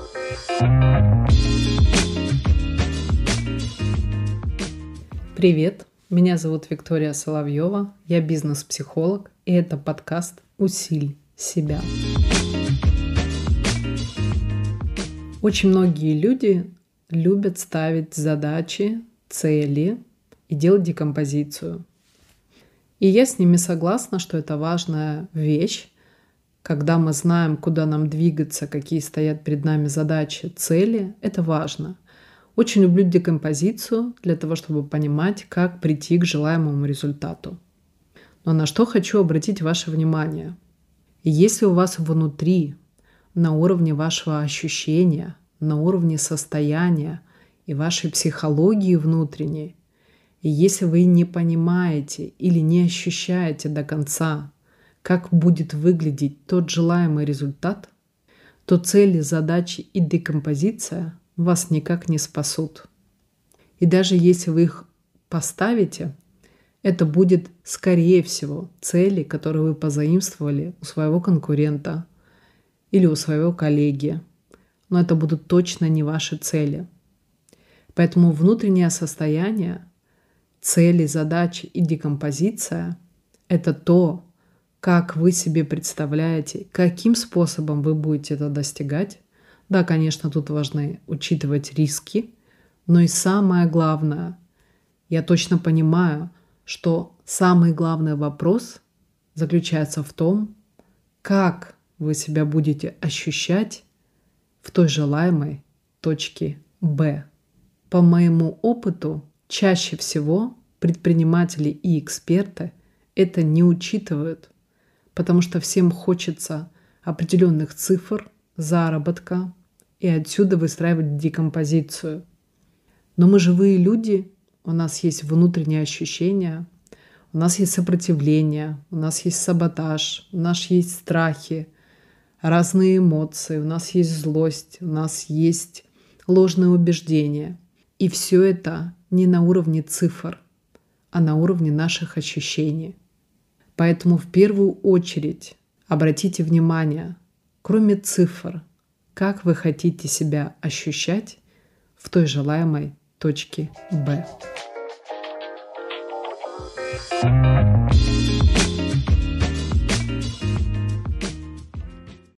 Привет, меня зовут Виктория Соловьева, я бизнес-психолог, и это подкаст «Усиль себя». Очень многие люди любят ставить задачи, цели и делать декомпозицию. И я с ними согласна, что это важная вещь, когда мы знаем, куда нам двигаться, какие стоят перед нами задачи, цели, это важно. Очень люблю декомпозицию для того, чтобы понимать, как прийти к желаемому результату. Но на что хочу обратить ваше внимание. Если у вас внутри, на уровне вашего ощущения, на уровне состояния и вашей психологии внутренней, и если вы не понимаете или не ощущаете до конца, как будет выглядеть тот желаемый результат, то цели, задачи и декомпозиция вас никак не спасут. И даже если вы их поставите, это будет, скорее всего, цели, которые вы позаимствовали у своего конкурента или у своего коллеги. Но это будут точно не ваши цели. Поэтому внутреннее состояние, цели, задачи и декомпозиция – это то, как вы себе представляете, каким способом вы будете это достигать. Да, конечно, тут важно учитывать риски, но и самое главное, я точно понимаю, что самый главный вопрос заключается в том, как вы себя будете ощущать в той желаемой точке Б. По моему опыту, чаще всего предприниматели и эксперты это не учитывают, потому что всем хочется определенных цифр, заработка и отсюда выстраивать декомпозицию. Но мы живые люди, у нас есть внутренние ощущения, у нас есть сопротивление, у нас есть саботаж, у нас есть страхи, разные эмоции, у нас есть злость, у нас есть ложные убеждения. И все это не на уровне цифр, а на уровне наших ощущений. Поэтому в первую очередь обратите внимание, кроме цифр, как вы хотите себя ощущать в той желаемой точке Б.